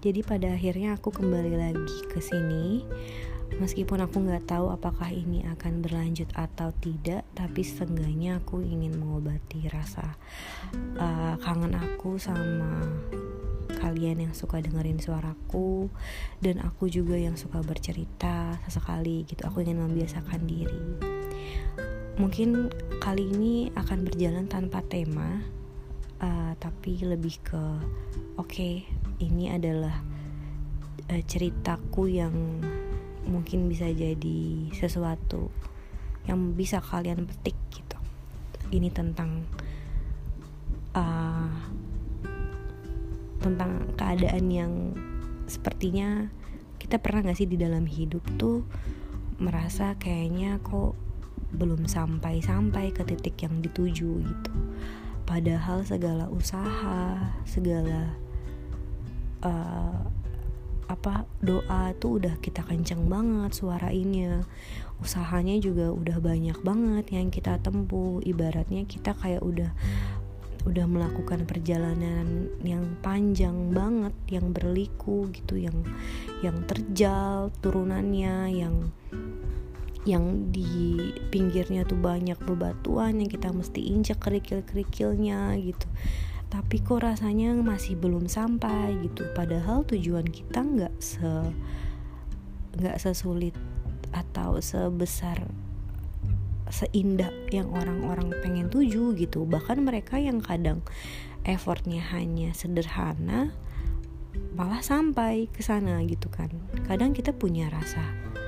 Jadi pada akhirnya aku kembali lagi ke sini. Meskipun aku gak tahu apakah ini akan berlanjut atau tidak, tapi setengahnya aku ingin mengobati rasa kangen aku sama kalian yang suka dengerin suaraku, dan aku juga yang suka bercerita sesekali gitu. Aku ingin membiasakan diri. Mungkin kali ini akan berjalan tanpa tema, tapi lebih ke ini adalah ceritaku yang mungkin bisa jadi sesuatu yang bisa kalian petik gitu. Ini tentang keadaan yang sepertinya kita pernah gak sih di dalam hidup tuh merasa kayaknya kok belum sampai ke titik yang dituju gitu. Padahal segala usaha, segala doa tuh udah kita kenceng banget suarainnya, usahanya juga udah banyak banget yang kita tempuh. Ibaratnya kita kayak udah melakukan perjalanan yang panjang banget, yang berliku gitu, yang terjal turunannya, yang di pinggirnya tuh banyak bebatuan yang kita mesti injak kerikil-kerikilnya gitu. Tapi kok rasanya masih belum sampai gitu. Padahal tujuan kita nggak sesulit atau sebesar seindah yang orang-orang pengen tuju gitu. Bahkan mereka yang kadang effortnya hanya sederhana malah sampai ke sana gitu kan. Kadang kita punya rasa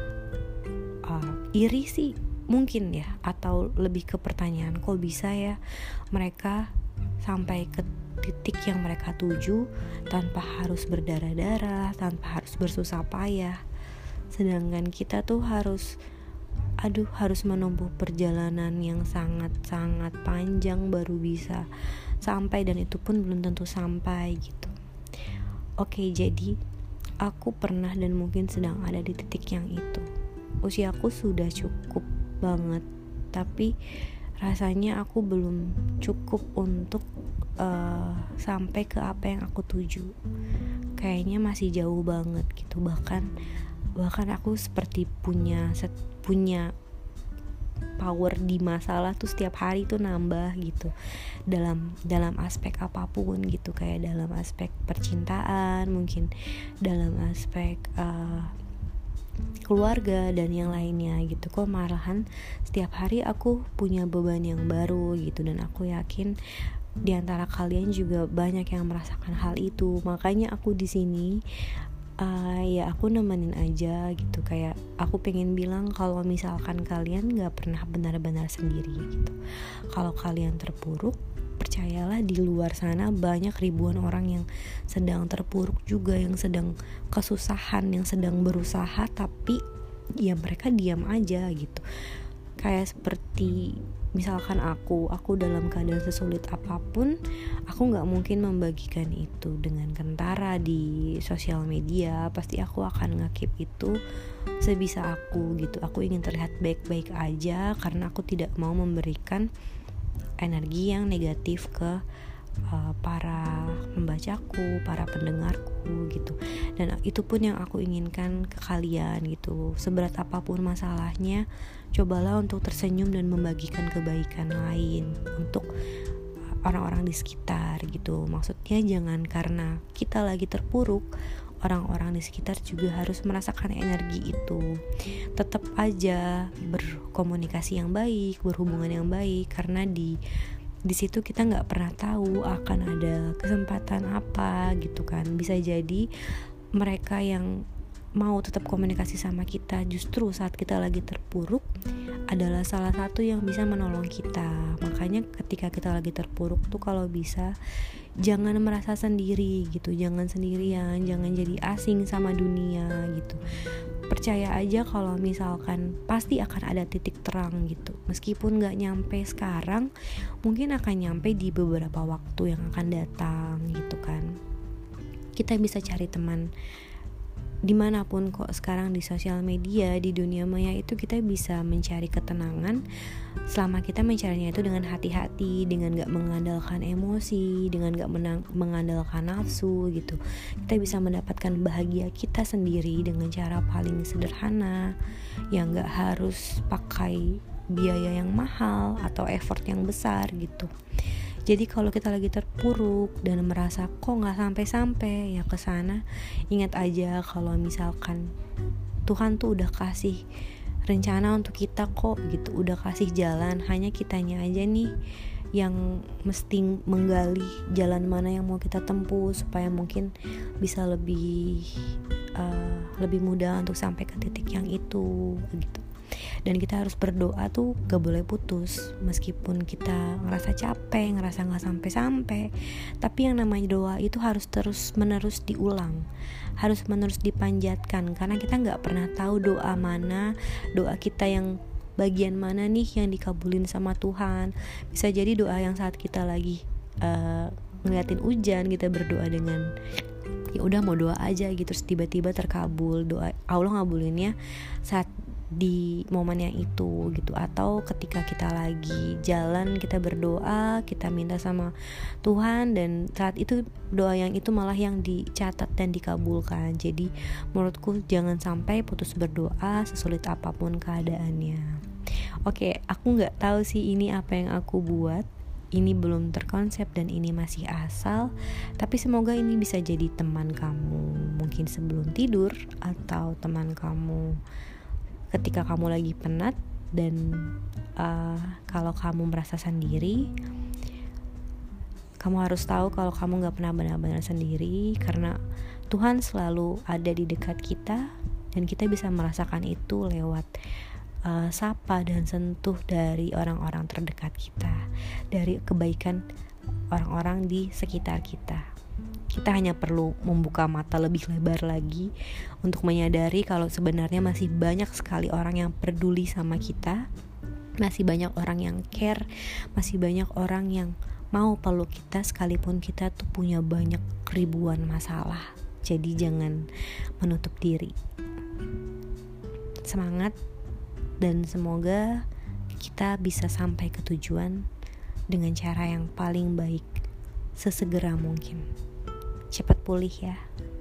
iri sih mungkin ya, atau lebih ke pertanyaan, kok bisa ya mereka sampai ke titik yang mereka tuju tanpa harus berdarah-darah, tanpa harus bersusah payah. Sedangkan kita tuh harus menempuh perjalanan yang sangat-sangat panjang baru bisa sampai, dan itu pun belum tentu sampai gitu. Jadi aku pernah dan mungkin sedang ada di titik yang itu. Usiaku sudah cukup banget, tapi rasanya aku belum cukup untuk sampai ke apa yang aku tuju. Kayaknya masih jauh banget gitu. Bahkan aku seperti punya power di masalah tuh setiap hari tuh nambah gitu. Dalam aspek apapun gitu, kayak dalam aspek percintaan, mungkin dalam aspek keluarga dan yang lainnya gitu. Kok malahan setiap hari aku punya beban yang baru gitu, dan aku yakin di antara kalian juga banyak yang merasakan hal itu. Makanya aku di sini ya aku nemenin aja gitu. Kayak aku pengen bilang kalau misalkan kalian gak pernah benar-benar sendiri gitu. Kalau kalian terpuruk, percayalah di luar sana banyak ribuan orang yang sedang terpuruk juga, yang sedang kesusahan, yang sedang berusaha, tapi ya mereka diam aja gitu. Kayak seperti misalkan aku dalam keadaan sesulit apapun, aku gak mungkin membagikan itu dengan kentara di sosial media. Pasti aku akan nge-keep itu sebisa aku gitu. Aku ingin terlihat baik-baik aja karena aku tidak mau memberikan energi yang negatif ke para pembacaku, para pendengarku gitu. Dan itu pun yang aku inginkan ke kalian gitu. Seberat apapun masalahnya, cobalah untuk tersenyum dan membagikan kebaikan lain untuk orang-orang di sekitar gitu. Maksudnya jangan karena kita lagi terpuruk, orang-orang di sekitar juga harus merasakan energi itu. Tetap aja berkomunikasi yang baik, berhubungan yang baik, karena di situ kita nggak pernah tahu akan ada kesempatan apa gitu kan. Bisa jadi mereka yang mau tetap komunikasi sama kita justru saat kita lagi terpuruk adalah salah satu yang bisa menolong kita. Makanya ketika kita lagi terpuruk tuh kalau bisa jangan merasa sendiri gitu, jangan sendirian, jangan jadi asing sama dunia gitu. Percaya aja kalau misalkan pasti akan ada titik terang gitu. Meskipun gak nyampe sekarang, mungkin akan nyampe di beberapa waktu yang akan datang gitu kan. Kita bisa cari teman dimanapun kok sekarang, di sosial media, di dunia maya itu kita bisa mencari ketenangan selama kita mencarinya itu dengan hati-hati, dengan gak mengandalkan emosi, dengan gak mengandalkan nafsu gitu. Kita bisa mendapatkan bahagia kita sendiri dengan cara paling sederhana, yang gak harus pakai biaya yang mahal atau effort yang besar gitu. Jadi kalau kita lagi terpuruk dan merasa kok gak sampai-sampai ya kesana, ingat aja kalau misalkan Tuhan tuh udah kasih rencana untuk kita kok gitu, udah kasih jalan, hanya kitanya aja nih yang mesti menggali jalan mana yang mau kita tempuh supaya mungkin bisa lebih mudah untuk sampai ke titik yang itu gitu. Dan kita harus berdoa tuh gak boleh putus, meskipun kita ngerasa capek, ngerasa gak sampai-sampai, tapi yang namanya doa itu harus terus menerus diulang, harus menerus dipanjatkan, karena kita gak pernah tahu doa mana, doa kita yang bagian mana nih yang dikabulin sama Tuhan. Bisa jadi doa yang saat kita lagi ngeliatin hujan, kita berdoa dengan ya udah mau doa aja gitu, terus tiba-tiba terkabul, doa Allah ngabulinnya saat di momen yang itu gitu. Atau ketika kita lagi jalan, kita berdoa, kita minta sama Tuhan, dan saat itu doa yang itu malah yang dicatat dan dikabulkan. Jadi menurutku jangan sampai putus berdoa sesulit apapun keadaannya. Oke, aku gak tahu sih ini apa yang aku buat, ini belum terkonsep dan ini masih asal, tapi semoga ini bisa jadi teman kamu mungkin sebelum tidur, atau teman kamu ketika kamu lagi penat. Dan kalau kamu merasa sendiri, kamu harus tahu kalau kamu gak pernah benar-benar sendiri, karena Tuhan selalu ada di dekat kita, dan kita bisa merasakan itu lewat sapa dan sentuh dari orang-orang terdekat kita, dari kebaikan orang-orang di sekitar kita. Kita hanya perlu membuka mata lebih lebar lagi untuk menyadari kalau sebenarnya masih banyak sekali orang yang peduli sama kita, masih banyak orang yang care, masih banyak orang yang mau peluk kita sekalipun kita tuh punya banyak ribuan masalah. Jadi jangan menutup diri. Semangat, dan semoga kita bisa sampai ke tujuan dengan cara yang paling baik sesegera mungkin. Cepat pulih ya.